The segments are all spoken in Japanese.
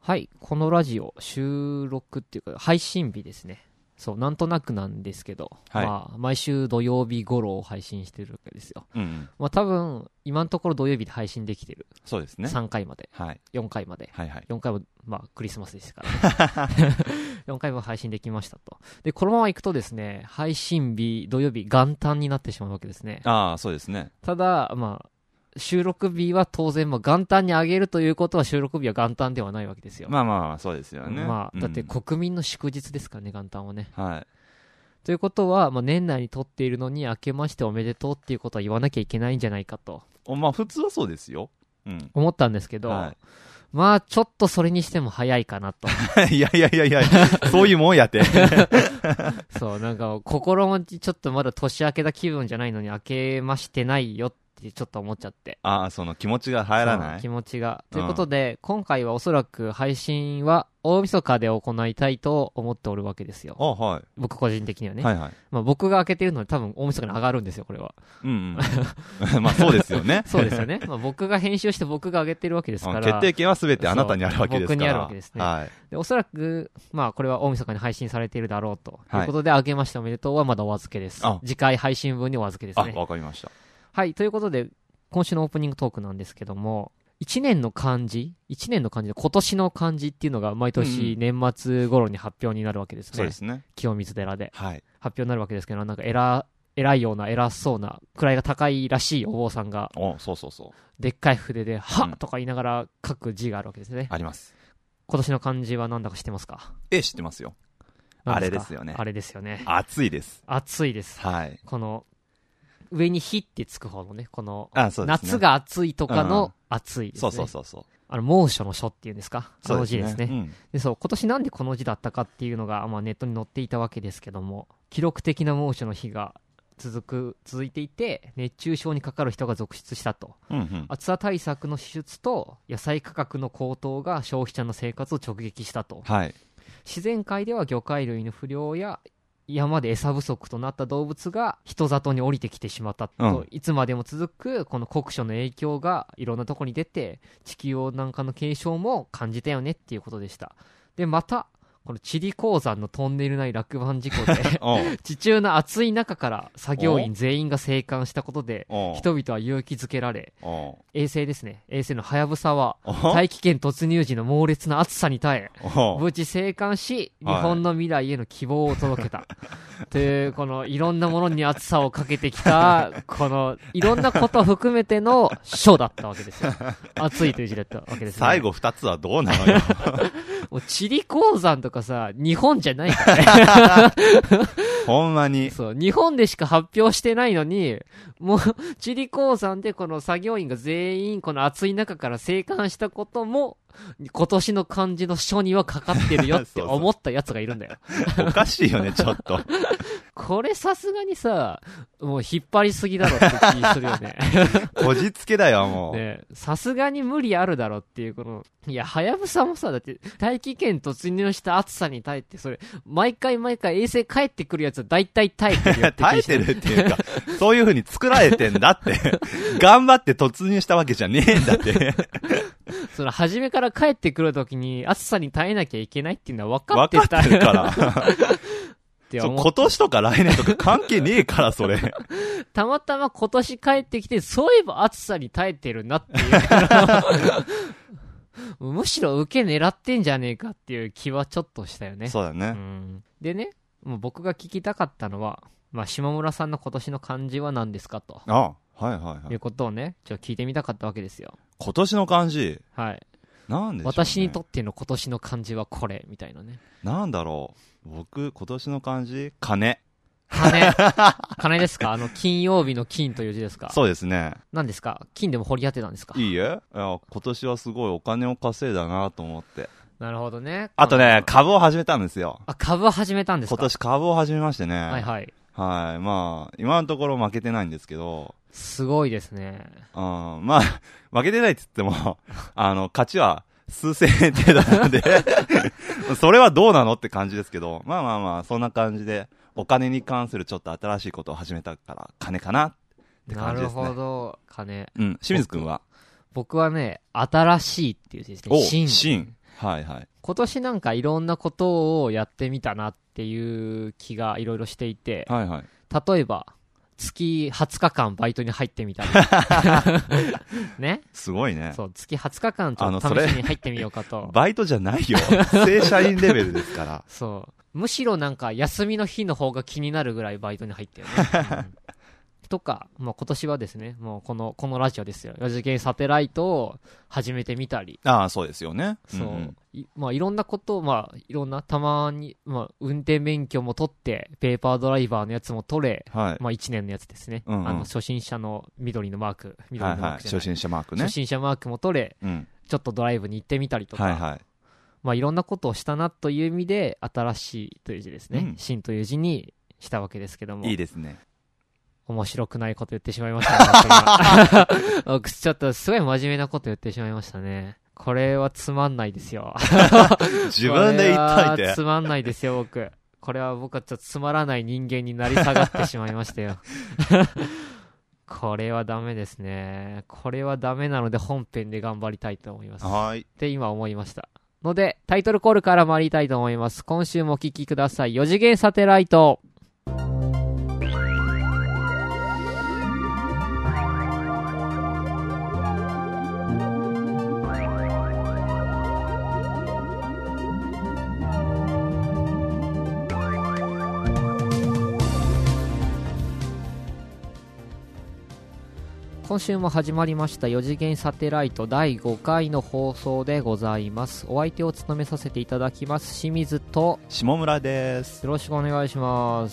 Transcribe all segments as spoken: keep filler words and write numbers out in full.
はい、このラジオ収録っていうか配信日ですね。そう、なんとなくなんですけど、はい、まあ毎週土曜日頃を配信してるわけですよ。うんうん、まあ多分今のところ土曜日で配信できてる。 そうですね。 さんかいまで、 はい、 よんかいまで、 はいはい、 よんかいもまあクリスマスですから、ね、よんかいも配信できましたと。でこのままいくとですね、配信日土曜日元旦になってしまうわけですね。 ああ、そうですね。 ただまあ収録日は当然、まあ、元旦に上げるということは収録日は元旦ではないわけですよ。 まあまあ、そうですよね。 まあ、だって国民の祝日ですからね、元旦はね。 はい。 ということは、まあ、年内に撮っているのに、明けましておめでとうっていうことは言わなきゃいけないんじゃないかと。 まあ、普通はそうですよ。うん。 思ったんですけど、 はい、 まあ、ちょっとそれにしても早いかなと。 いやいやいやいや、そういうもんやって。 そう、なんか、心持ちちょっとまだ年明けた気分じゃないのに、明けましてないよって。ちょっと思っちゃって。 ああ、その気持ちが入らない？ 気持ちが。ということで、うん、今回はおそらく配信は大晦日で行いたいと思っておるわけですよ。 あ、はい。 僕個人的にはね。 はいはい。 まあ僕が開けてるので多分大晦日に上がるんですよ、これは。 うんうん。まあそうですよね。 そうですよね。まあ僕が編集して僕が上げてるわけですから。 決定権は全てあなたにあるわけですから。 僕にあるわけですね。はい。で、おそらく、まあこれは大晦日に配信されているだろうと。はい、ということで、明けましておめでとうはまだお預けです。次回配信分にお預けですね。 あ、わかりました。 はい、ということで、今週のオープニングトークなんですけども、いちねんの漢字いちねんの漢字で今年の漢字っていうのが毎年年末頃に発表になるわけですね。 そうですね。 清水寺で、 はい、 発表になるわけですけど、なんか偉偉いような偉そうな位が高いらしいお坊さんが、 お、そうそうそう、 でっかい筆ではっとか言いながら書く字があるわけですね。 あります。 今年の漢字は何だか知ってますか？ え、知ってますよ。あれですよね。 あれですよね。 暑いです。 暑いです。 はい。 この上に火ってつく方のね、この、 あ、そうですね、 夏が暑いとかの暑いですね、うん。そうそうそうそう。あの、猛暑の暑っていうんですか、その字ですね。そうですね、うん、で、そう、今年なんでこの字だったかっていうのが、まあネットに載っていたわけですけども、記録的な猛暑の日が続く、続いていて、熱中症にかかる人が続出したと。うんうん、暑さ対策の支出と野菜価格の高騰が消費者の生活を直撃したと。はい。自然界では魚介類の不漁や山で餌不足となった動物が人里に降りてきてしまったと、うん、いつまでも続くこの酷暑の影響がいろんなところに出て地球温暖化の警鐘も感じたよねっていうことでした。でまたこのチリ鉱山のトンネル内落盤事故で地中の暑い中から作業員全員が生還したことで人々は勇気づけられ、衛星ですね、衛星のはやぶさは大気圏突入時の猛烈な暑さに耐え無事生還し日本の未来への希望を届けたというこのいろんなものに暑さをかけてきたこのいろんなことを含めての書だったわけですよ。暑いという字だったわけですね。 最後二つはどうなのよ。 もうチリ鉱山とかさ、日本じゃないからね。 ほんまに。 そう、日本でしか発表してないのに、もう、チリ鉱山でこの作業員が全員この暑い中から生還したことも、今年の漢字の書にはかかってるよって思ったやつがいるんだよ。 おかしいよね、ちょっと。 これさすがにさ、もう引っ張りすぎだろって気するよね。 こじつけだよ、もう。 ね、さすがに無理あるだろっていうこの、いや、はやぶさもさ、だって大気圏突入した暑さに耐えて、それ、毎回毎回衛星帰ってくるやつは大体耐えてるよって耐えてるっていうか、そういう風に作られてんだって。頑張って突入したわけじゃねえんだって。 その、初めから帰ってくるときに暑さに耐えなきゃいけないっていうのは分かってた。 分かってるから。そう、今年とか来年とか関係ねえから、それ。 たまたま今年帰ってきて、そういえば暑さに耐えてるなっていう。むしろ受け狙ってんじゃねえかっていう気はちょっとしたよね。 そうだね。 うん、でね、もう僕が聞きたかったのは、まあ、下村さんの今年の漢字は何ですかと。 ああ、はいはいはい。 いうことをね、ちょっと聞いてみたかったわけですよ。 今年の漢字。 はい。 なんでしょうね、 私にとっての今年の漢字はこれみたいなね。 なんだろう。僕今年の漢字金。 金。金ですか？あの金曜日の金という字ですか？ そうですね。 何ですか？金でも掘り当てたんですか？ いいえ。いや今年はすごいお金を稼いだなと思って。 なるほどね。 あとね、株を始めたんですよ。 あ、株を始めたんですか？ 今年株を始めましてね。 はいはい。 はい。まあ今のところ負けてないんですけど。 すごいですね。 うん。まあ負けてないって言ってもあの勝ちは数千円程度なのでそれはどうなのって感じですけど、まあまあまあそんな感じでお金に関するちょっと新しいことを始めたから金かなって感じですね。 なるほど、金。 うん。清水くんは？ 僕はね、新しいっていう字ですね。 新。新。 はいはい。 今年なんかいろんなことをやってみたなっていう気がいろいろしていて、 はいはい。 例えば、月はつかかんバイトに入ってみたり。ね。 すごいね。 そう、月はつかかんちょっと試しに入ってみようかと。 バイトじゃないよ。正社員レベルですから。 そう。むしろなんか休みの日の方が気になるぐらいバイトに入ってるね。うんとか、まあ、今年はですね、もうこの、このラジオですよ。よ次元サテライトを始めてみたり。 ああ、そうですよね。 そう。うんうん、いまあ、いろんなことを、まあ、いろんな、たまに、まあ、運転免許も取って、ペーパードライバーのやつも取れ、はい、まあ、いちねんのやつですね。うんうん、あの、初心者の緑のマーク、緑のマークじゃない、はいはい、 初心者マークね。 初心者マークも取れ、うん、ちょっとドライブに行ってみたりとか、はいはい。まあ、いろんなことをしたなという意味で、新しいという字ですね。うん、新という字にしたわけですけども。 いいですね。 面白くないこと言ってしまいましたね。僕ちょっとすごい真面目なこと言ってしまいましたね。これはつまんないですよ。 自分で言っといて。 つまんないですよ、僕。これは僕はちょっとつまらない人間になり下がってしまいましたよ。これはダメですね。これはダメなので本編で頑張りたいと思います。 はい。 って今思いました。ので、タイトルコールから参りたいと思います。今週もお聞きください。よ次元サテライト。今週も始まりましたよ次元サテライトだいごかいの放送でございます。お相手を務めさせていただきます清水と下村です。 よろしくお願いします。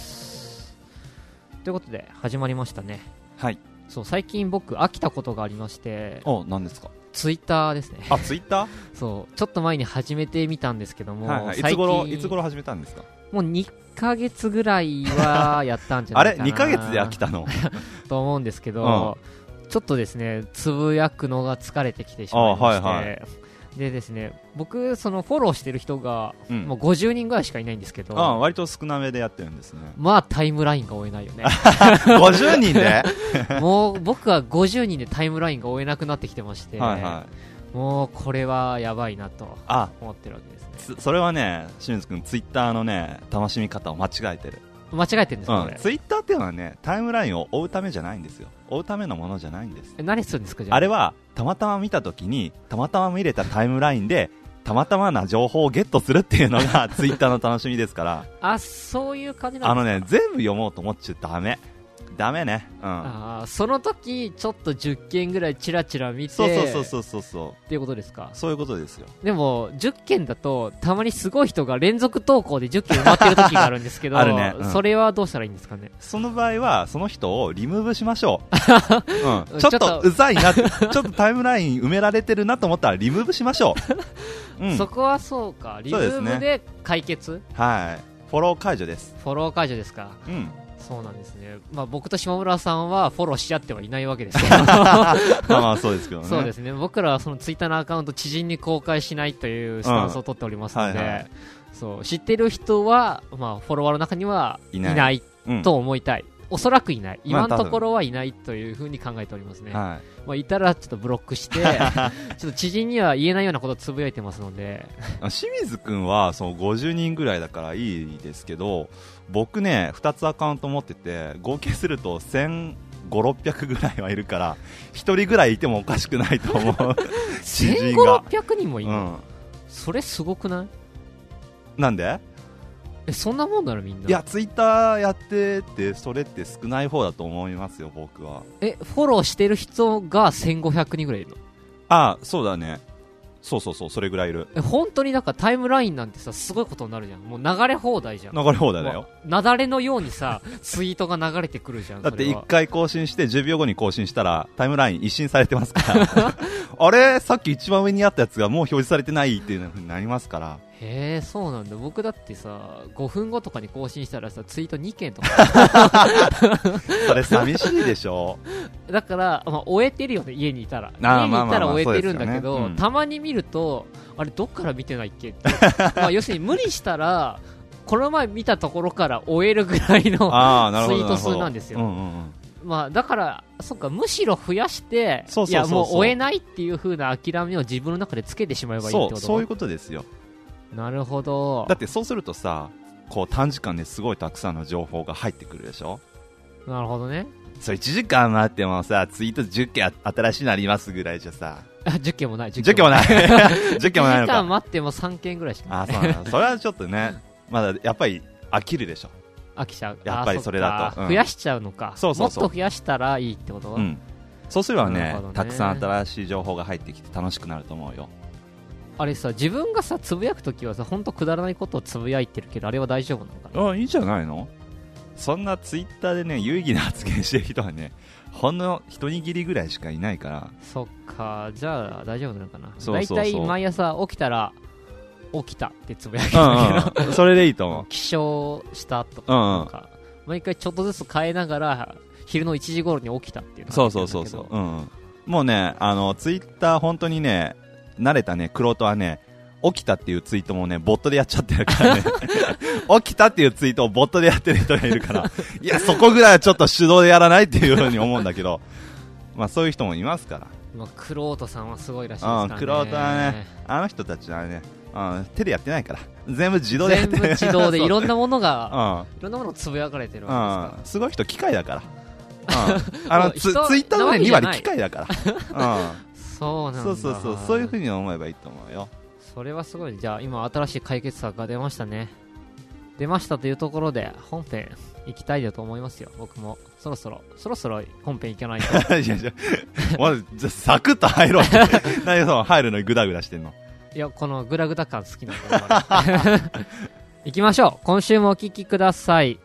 ということで始まりましたね。 はい。 そう、最近僕飽きたことがありまして。 お、何ですか？ ツイッターですね。 あ、ツイッター？ そう、ちょっと前に始めてみたたんですけども、 はいはい、いつ頃いつ頃始めたんですか？ もうにかげつぐらいはやったんじゃないかな。 あれにかげつで飽きたのと思うんですけど、うん、ちょっとですね、つぶやくのが疲れてきてしまいまして、はいはい、でですね、僕そのフォローしてる人が、うん、もうごじゅうにんぐらいしかいないんですけど、 ああ、割と少なめでやってるんですね。 まあタイムラインが追えないよね。 ごじゅうにんでもう僕はごじゅうにんでタイムラインが追えなくなってきてまして、はいはい、もうこれはやばいなと思ってるわけですね。 それはね、清水君ツイッターのね楽しみ方を間違えてる。 間違えてるんですか、 うん、ツイッターっていうのはね、タイムラインを追うためじゃないんですよ。追うためのものじゃないんです。 え、何するんですか？じゃあ、 あれはたまたま見たときにたまたま見れたタイムラインでたまたまな情報をゲットするっていうのがツイッターの楽しみですから。 あ、そういう感じなんですか？ あのね、全部読もうと思っちゃダメダメね、うん、 あ、その時ちょっとじゅっけんぐらいチラチラ見て、 そうそうそうそうそうっていうことですか？ そういうことですよ。 でもじゅっけんだとたまにすごい人が連続投稿でじゅっけん埋まってる時があるんですけどあるね、うん、それはどうしたらいいんですかね？ その場合はその人をリムーブしましょう、うん、ちょっとうざいなちょっとタイムライン埋められてるなと思ったらリムーブしましょう、うん、そこはそうか、リムーブで解決、ね、 はい、フォロー解除です。 フォロー解除ですか？うん、そうなんですね。まあ、僕と下村さんはフォローし合ってはいないわけですけどまあまあそうですけどね。 そうですね。僕らはそのツイッターのアカウント知人に公開しないというスタンスを取っておりますので、うん、はいはい、そう知ってる人は、まあ、フォロワーの中にはいない、いないと思いたい、うん、おそらくいない、今のところはいないというふうに考えておりますね。はい、まあ、いたらちょっとブロックしてちょっと知人には言えないようなことをつぶやいてますので清水君はそのごじゅうにんぐらいだからいいですけど、僕ねふたつアカウント持ってて合計するとせんごひゃく、ろっぴゃくぐらいはいるからひとりぐらいいてもおかしくないと思うせんごひゃく、ろっぴゃくにんもいる、うん、それすごくない？ なんで？ え、そんなもんなのみんな。 いや、ツイッターやっててそれって少ない方だと思いますよ、僕は。 え、フォローしてる人がせんごひゃくにんぐらいいるの？ あ、そうだね、そうそうそう、それぐらいいる。 え、本当になんかタイムラインなんてさ、すごいことになるじゃん。もう流れ放題じゃん。 流れ放題だよ。 なだれのようにさツイートが流れてくるじゃん。 だっていっかい更新してじゅうびょうごに更新したらタイムライン一新されてますからあれ、さっき一番上にあったやつがもう表示されてないっていう風になりますから。 へえ、そうなんだ。僕だってさごふんごとかに更新したらさツイートにけんとかそれ寂しいでしょだから、まあ、終えてるよね、家にいたら。家にいたら終えてるんだけど、まあまあまあ、ね、うん、たまに見るとあれどっから見てないっけってまあ要するに無理したらこの前見たところから終えるぐらいのツイート数なんですよ。 まあだからそっか、むしろ増やしてそうそうそうそう、 いやもう追えないっていう風な諦めを自分の中でつけてしまえばいいってこと。 そうそういうことですよ。 なるほど。 だってそうするとさ、こう短時間ですごいたくさんの情報が入ってくるでしょ。なるほどね。 そういちじかん待ってもさ、ツイートじゅっけん新しいのありますぐらいじゃさ、 じゅっけんもない、 じゅっけんもないじゅっけんもないのか。いちじかん待ってもさんけんぐらいしかない。 あ、そうなの。それはちょっとね、まだやっぱり飽きるでしょ。 飽きちゃう。 やっぱりそれだと、 うん、増やしちゃうのか。そうそうそう、もっと増やしたらいいってこと。うん、 そうすれば ね, ねたくさん新しい情報が入ってきて楽しくなると思うよ。 あれさ、自分がさつぶやくときはさ、本当くだらないことをつぶやいてるけど、あれは大丈夫なのかな。 あ、いいじゃないの。そんなツイッターでね有意義な発言してる人はね、ほんの一握りぐらいしかいないから。そっか、じゃあ大丈夫なのかな。だいたい毎朝起きたら起きたってつぶやきだけど、うん、うん、それでいいと思う。起床したとか、なんか、うんうん、毎回ちょっとずつ変えながら昼のいちじ頃に起きたっていうの。そうそうそうそう、うん、もうね、あのツイッター本当にね、慣れたねクロートはね、起きたっていうツイートもねボットでやっちゃってるからね起きたっていうツイートをボットでやってる人がいるからいやそこぐらいはちょっと手動でやらないっていうふうに思うんだけどまあそういう人もいますから。まあ、クロートさんはすごいらしいですからね。うん、クロートはね、あの人たちはね、うん、手でやってないから全部自動でやってる。全部自動でいろんなものが、うん、いろんなものつぶやかれてるわけですから、うん、すごい人機械だから、うん、あのツ, ツイッターの、ね、に割機械だから、うん、そうなんだ。そうそうそう、そういうふうに思えばいいと思うよ。それはすごい。じゃあ今新しい解決策が出ましたね。出ましたというところで本編行きたいだと思いますよ。僕もそろそろそろそろ本編行かないといやいやまずじゃサクッと入ろう何その入るのにグダグダしてんの。いや、このグダグダ感好きなんだ行きましょう。今週もお聞きください。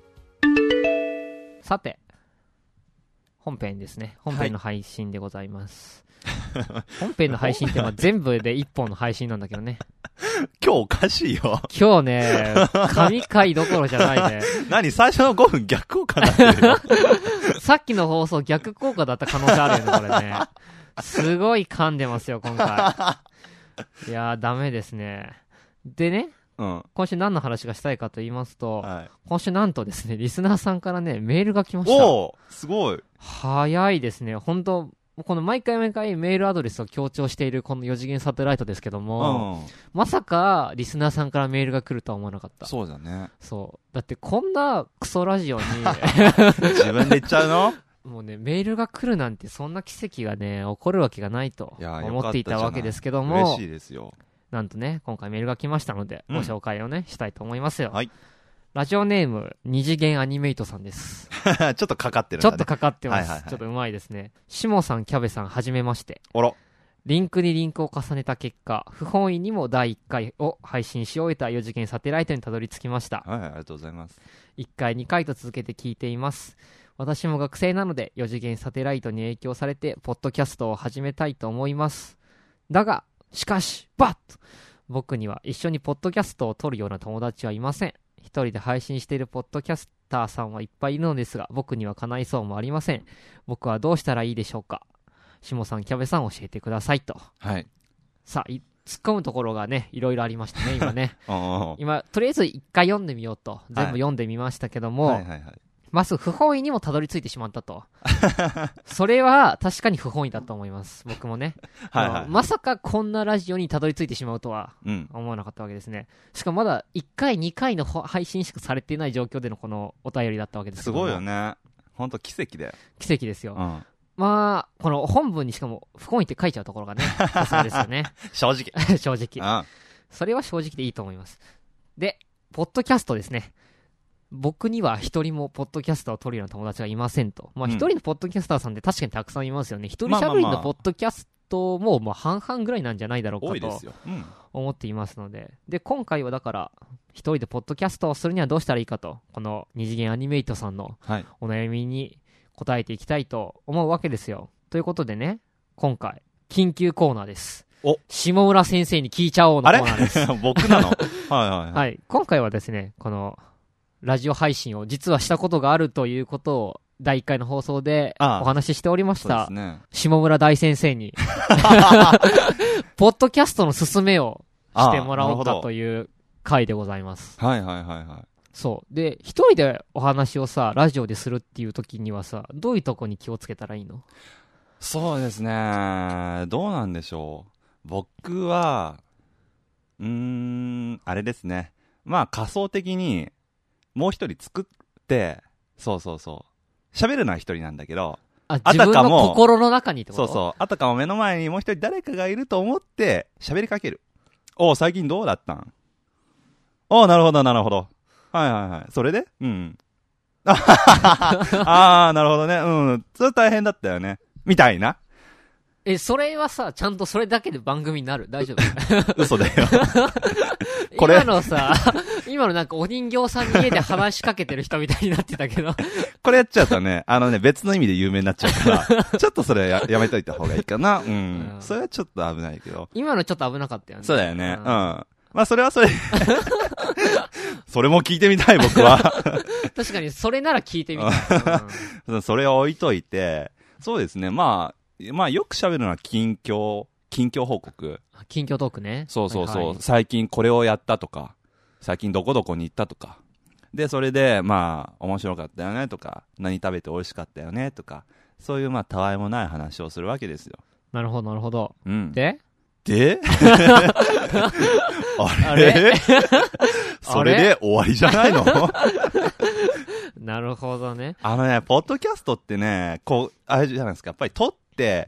さて本編ですね。本編の配信でございます、はい、本編の配信ってまあ全部でいっぽんの配信なんだけどね今日おかしいよ。今日ね、神回どころじゃないね。何、最初のごふん逆効果になってるよさっきの放送逆効果だった可能性あるよね、これね。すごい噛んでますよ、今回。いやー、ダメですね。でね、うん、今週何の話がしたいかと言いますと、はい、今週なんとですね、リスナーさんからね、メールが来ました。おー、すごい。早いですね、本当この毎回毎回メールアドレスを強調しているこのよ次元サテライトですけども、うん、まさかリスナーさんからメールが来るとは思わなかった。そうだね。そう。だってこんなクソラジオに自分で言っちゃうのもうね、メールが来るなんてそんな奇跡がね、起こるわけがないと思っていたわけですけども、嬉しいですよ。なんとね、今回メールが来ましたので、ご紹介をね、したいと思いますよ。はい。ラジオネーム、二次元アニメイトさんです。ちょっとかかってるんだね。ちょっとかかってます。はいはいはい、ちょっとうまいですね。しもさん、キャベさん、はじめまして。あら。リンクにリンクを重ねた結果、不本意にもだいいっかいを配信し終えたよ次元サテライトにたどり着きました。はい、はい、ありがとうございます。いっかい、にかいと続けて聞いています。私も学生なので、よ次元サテライトに影響されて、ポッドキャストを始めたいと思います。だが、しかし、バッ僕には一緒にポッドキャストを撮るような友達はいません。一人で配信しているポッドキャスターさんはいっぱいいるのですが、僕には叶いそうもありません。僕はどうしたらいいでしょうか。しもさん、キャベさん教えてくださいと。はい。さあ、突っ込むところがね、いろいろありましたね、今ね。今、とりあえず一回読んでみようと、全部読んでみましたけども、はい、はいはいはい。まず不本意にもたどり着いてしまったとそれは確かに不本意だと思います。僕もねはいはい、まさかこんなラジオにたどり着いてしまうとは思わなかったわけですね、うん、しかもまだいっかいにかいの配信しかされていない状況でのこのお便りだったわけですけども、すごいよね。ほんと奇跡だよ。奇跡ですよ、うん、まあこの本文にしかも不本意って書いちゃうところがねさすがですよね正直正直、うん、それは正直でいいと思います。でポッドキャストですね。僕には一人もポッドキャスターを撮るような友達がいませんと。まあ一人のポッドキャスターさんって確かにたくさんいますよね。一人喋りのポッドキャストももう半々ぐらいなんじゃないだろうかと思っていますので。で、今回はだから一人でポッドキャストをするにはどうしたらいいかと、この二次元アニメイトさんのお悩みに答えていきたいと思うわけですよ。ということでね、今回緊急コーナーです。お下村先生に聞いちゃおうのコーナーです。僕なのはいはいはい。はい。今回はですね、このラジオ配信を実はしたことがあるということをだいいっかいの放送でお話ししておりました、ね、下村大先生にポッドキャストの勧めをしてもらおうかという回でございます。はいはいはいはい。 そうで一人でお話をさラジオでするっていう時にはさ、どういうとこに気をつけたらいいの？ そうですね、どうなんでしょう。僕はうーんあれですね、まあ仮想的にもう一人作って、そうそうそう喋るのは一人なんだけど、 あ、自分の心の中にってこと？ そうそう、あたかも目の前にもう一人誰かがいると思って喋りかける。おう、最近どうだったん？おう、なるほどなるほど、はいはいはい、それでうんああ、なるほどね、うん、それ大変だったよねみたいな。 え、それはさ、ちゃんとそれだけで番組になる？大丈夫？ 嘘だよこれ今のさ、今のなんかお人形さんに家で話しかけてる人みたいになってたけどこれやっちゃうとね、あのね、別の意味で有名になっちゃうからちょっとそれ や, やめといた方がいいかな。うん、うん、それはちょっと危ないけど。 今のちょっと危なかったよね。 そうだよね。うん、うん、まあそれはそれそれも聞いてみたい僕は確かにそれなら聞いてみたい、 うん、それを置いといて、そうですね、まあまあよく喋るのは近況、近況報告。 近況トークね。 そうそうそう、はいはい、最近これをやったとか、最近どこどこに行ったとか。で、それで、まあ、面白かったよねとか、何食べて美味しかったよねとか、そういうまあ、たわいもない話をするわけですよ。 なるほど、なるほど。 うん。 でであれあれそれで終わりじゃないのなるほどね。 あのね、ポッドキャストってね、こう、あれじゃないですか、やっぱり撮って、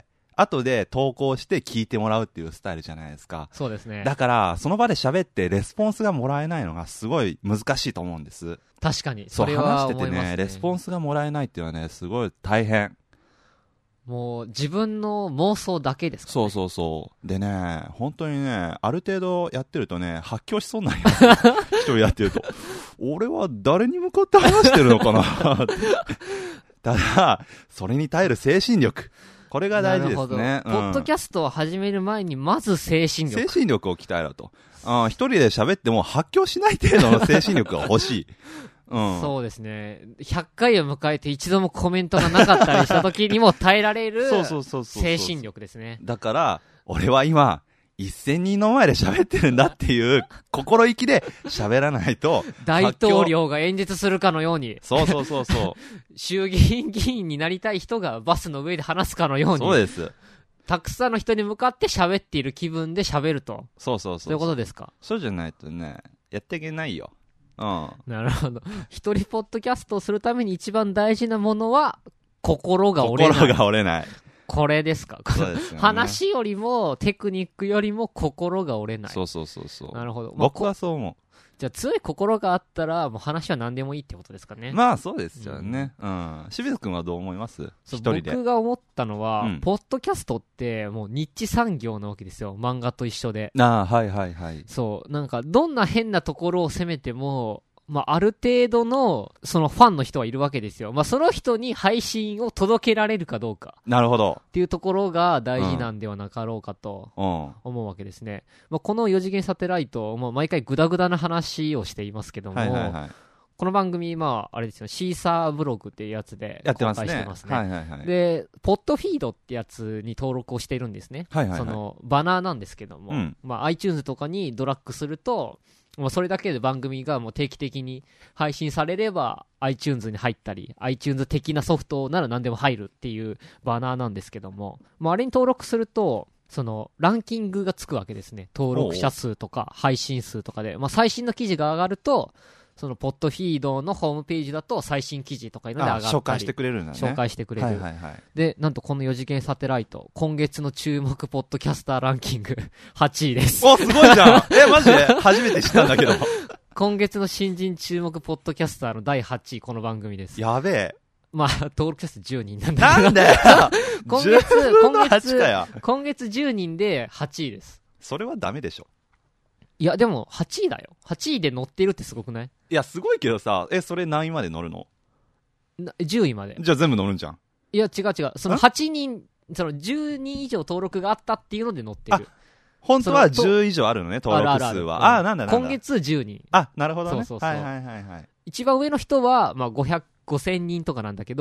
後で投稿して聞いてもらうっていうスタイルじゃないですか。 そうですね。 だから、その場で喋ってレスポンスがもらえないのがすごい難しいと思うんです。 確かに。 そう、 それは話しててね、 思いますね。 レスポンスがもらえないっていうのはね、すごい大変。 もう、自分の妄想だけですか、ね、 そうそうそう。でね、本当にね、ある程度やってるとね、発狂しそうになりますよ。一人やってると。俺は誰に向かって話してるのかなただ、それに耐える精神力。これが大事ですね。 ポッドキャストを始める前に、まず精神力。 精神力を鍛えろと。あ、一人で喋っても発狂しない程度の精神力が欲しい。うん、そうですね。ひゃっかいを迎えて一度もコメントがなかったりした時にも耐えられる精神力ですね。 だから、俺は今、せんにんの前で喋ってるんだっていう心意気で喋らないと。 大統領が演説するかのように。 そうそうそうそう。 衆議院議員になりたい人がバスの上で話すかのように。 そうです。 たくさんの人に向かって喋っている気分で喋ると。 そうそうそう。 そういうことですか。 そうじゃないとね、やっていけないよ。うん。 なるほど。一人ポッドキャストをするために一番大事なものは、心が折れない。 心が折れない。 これですか。 そうですよね、 話よりも、テクニックよりも心が折れない。 そうそうそうそう。 なるほど。まあ、 僕はそう思う。 じゃあ強い心があったら、もう話は何でもいいってことですかね。 まあそうですよね。うん。清水くんはどう思います？一人で。 僕が思ったのは、 うん、 ポッドキャストってもうニッチ産業なわけですよ。漫画と一緒で。 ああ、はいはいはい。 そう。なんか、どんな変なところを攻めても、まあ、ある程度の、そのファンの人はいるわけですよ。まあ、その人に配信を届けられるかどうか。 なるほど。 っていうところが大事なんではなかろうかと思うわけですね。まあ、このよ次元サテライト、まあ、毎回グダグダな話をしていますけども、はいはいはい、この番組、まあ、あれですよ、シーサーブログっていうやつで公開してますね。 はいはいはい、 で、ポッドフィードってやつに登録をしているんですね。 はいはいはい、 その、バナーなんですけども、うん、まあ、iTunes とかにドラッグすると、もうそれだけで番組がもう定期的に配信されれば iTunes に入ったり iTunes 的なソフトなら何でも入るっていうバナーなんですけども、もうあれに登録するとそのランキングがつくわけですね。登録者数とか配信数とかで、まあ、最新の記事が上がるとそのポッドフィードのホームページだと最新記事とかいうので上がったり、 紹介してくれるんだね。 紹介してくれる、 はいはいはい、 でなんとこのよ次元サテライト今月の注目ポッドキャスターランキングはちいです。 お、すごいじゃん。え、マジで初めて知ったんだけど今月の新人注目ポッドキャスターのだいはちいこの番組です。 やべえ。 まあ登録者数じゅうにんなんだけど。 なんで今月今月かよ今月じゅうにんではちいです。 それはダメでしょ。 いやでもはちいだよ。はちいで乗ってるってすごくない？ いやすごいけどさ、えそれ何位まで乗るの？ じゅういまで。 じゃあ全部乗るんじゃん。 いや違う違う。そのはちにん、そのじゅうにん以上登録があったっていうので乗ってる。 本当はじゅう以上あるのね、登録数は。ああ、なんだなんだ。 今月じゅうにん。 あ、なるほどね。 そうそうそう。 はいはいはいはい。 一番上の人は、まあ、ごひゃく、ごせんにんとかなんだけど、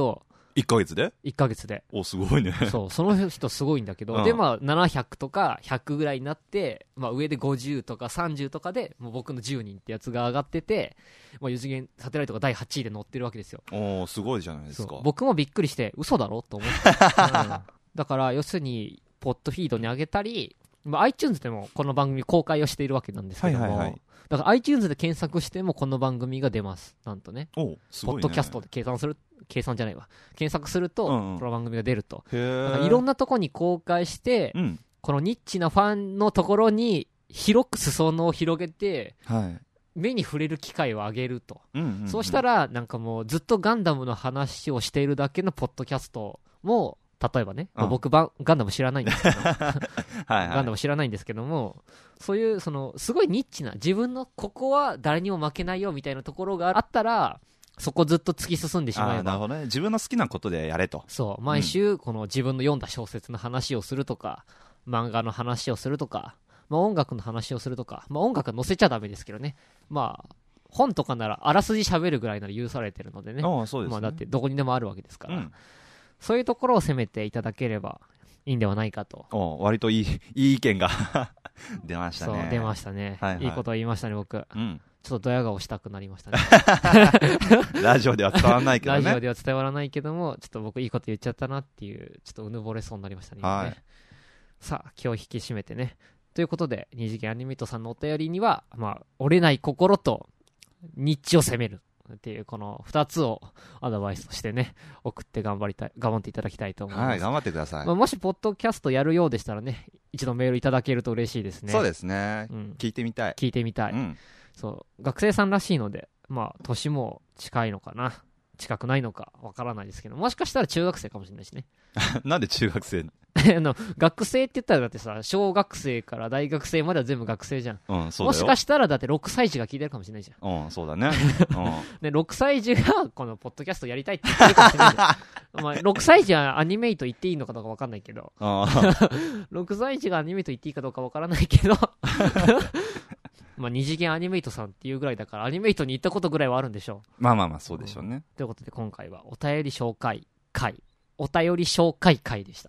いっかげつで ? いっかげつで。 お、すごいね。 そう、その人すごいんだけど、うん、で、まあ、ななひゃくとかひゃくぐらいになって、まあ、上でごじゅうとかさんじゅうとかで、もう僕のじゅうにんってやつが上がってて、まあ、よ次元サテライトがだいはちいで乗ってるわけですよ。 おー、すごいじゃないですか。 僕もびっくりして、嘘だろと思って。うん、だから、要するに、ポッドフィードに上げたり、まあ、iTunes でもこの番組公開をしているわけなんですけども、はいはいはい、だから iTunes で検索してもこの番組が出ます。なんとね。 お、すごいね。 ポッドキャストで計算する、計算じゃないわ。検索すると、この番組が出ると。へだからいろんなとこに公開して、うん、このニッチなファンのところに広く裾野を広げて、はい、目に触れる機会を上げると、うんうんうん。そうしたら、なんかもうずっとガンダムの話をしているだけのポッドキャストも、例えばね、うん、僕ガンダム知らないんですけどはい、はい、ガンダム知らないんですけども、そういうそのすごいニッチな自分のここは誰にも負けないよみたいなところがあったら、そこずっと突き進んでしまえば、 なるほどね、自分の好きなことでやれと。 そう毎週この自分の読んだ小説の話をするとか、うん、漫画の話をするとか、まあ、音楽の話をするとか、まあ、音楽は載せちゃダメですけどね、まあ本とかならあらすじ喋るぐらいなら許されてるのでね、 ああそうですね、 まあ、だってどこにでもあるわけですから、うん、そういうところを攻めていただければいいんではないかと。 お割といい、いい意見が出ましたね。そう、 出ましたね。はいはい、いいこと言いましたね、僕。うん、ちょっとドヤ顔したくなりましたね。 ラジオでは伝わらないけどね。 ラジオでは伝わらないけども、ちょっと僕いいこと言っちゃったなっていう、ちょっとうぬぼれそうになりましたね。はい、さあ、気を引き締めてね。ということで、二次元アニメイトさんのお便りには、まあ、折れない心と、ニッチを攻める。っていうこのふたつをアドバイスとしてね送って頑張りたい頑張っていただきたいと思います。 はい、頑張ってください。 まあ、もしポッドキャストやるようでしたらね、一度メールいただけると嬉しいですね。 そうですね、うん、聞いてみたい聞いてみたい、うん、そう学生さんらしいので、まあ年も近いのかな近くないのかわからないですけど、もしかしたら中学生かもしれないしねなんで中学生あの学生って言ったらだってさ、小学生から大学生までは全部学生じゃん、うん、そうだよ。もしかしたらだってろくさい児が聞いてるかもしれないじゃん。 うん、そうだね、うん、 でろくさい児がこのポッドキャストやりたいって言ってるかもしれないじゃんまあろくさい児はアニメイト言っていいのかどうか分かんないけどろくさい児がアニメイト言っていいかどうか分からないけどまあ二次元アニメイトさんっていうぐらいだからアニメイトに行ったことぐらいはあるんでしょう。 まあまあまあそうでしょうね、うん、 ということで今回はお便り紹介会お便り紹介会でした。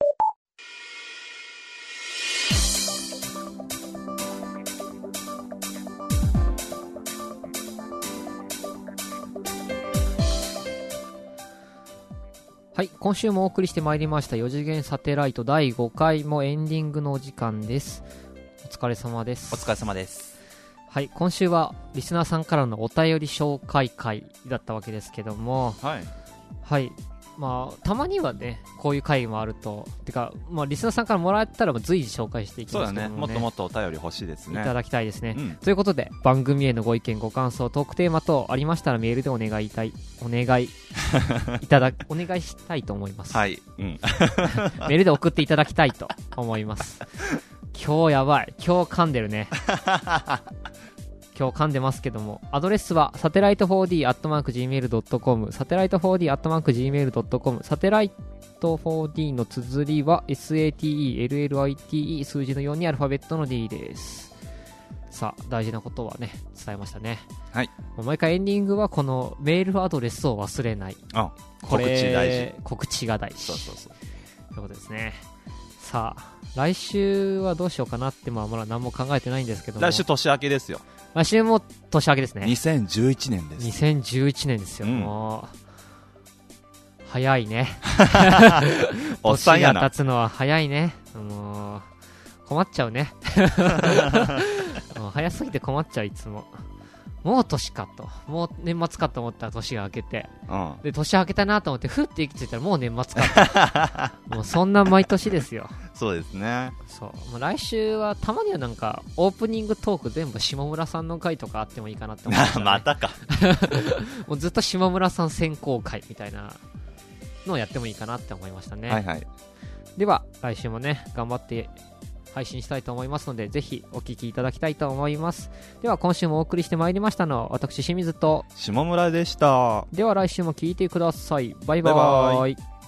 はい、今週もお送りしてまいりましたよ次元サテライトだいごかいもエンディングのお時間です。お疲れ様です。 お疲れ様です。 はい、今週はリスナーさんからのお便り紹介会だったわけですけども、はい、はい、まあたまにはねこういう会もあると、てかまあリスナーさんからもらったら随時紹介していきますけどもね。 そうだね、もっともっとお便り欲しいですね。 いただきたいですね、うん、ということで番組へのご意見ご感想トークテーマ等ありましたらメールでお願いいたいお願いいただお願いしたいと思います。 はい、うん、メールで送っていただきたいと思います。今日やばい、今日噛んでるね今日噛んでますけども、アドレスはサテライト フォーディー アットマーク ジーメール ドットコム サテライト フォーディー アットマーク ジーメール ドットコム サテライト フォーディー の綴りは エスエーティーイーエルエルアイティーイー 数字のようにアルファベットの D です。さあ大事なことはね伝えましたね。はい、毎回エンディングはこのメールアドレスを忘れない。 あ、これ告知大事。 告知が大事。 そうそうそう。 ということですね。さあ来週はどうしようかなって、まあまだ何も考えてないんですけども、 来週年明けですよ。 来週も年明けですね。 にせんじゅういちねんです。 にせんじゅういちねんですよ、うん、もう早いねおっさんやな。 年が経つのは早いね。もう困っちゃうねもう早すぎて困っちゃう。いつももう年かと、もう年末かと思ったら年が明けて、うん、で年明けたなと思ってふって息ついたらもう年末かともうそんな毎年ですよ。 そうですね。 そう、もう来週はたまにはなんかオープニングトーク全部下村さんの回とかあってもいいかなって思って、ね、 またかもうずっと下村さん先行回みたいなのをやってもいいかなって思いましたね。はいはい。では来週もね頑張って配信したいと思いますので、ぜひお聞きいただきたいと思います。では今週もお送りしてまいりましたのは私清水と下村でした。 では来週も聞いてください。バイバーイ。バイバーイ。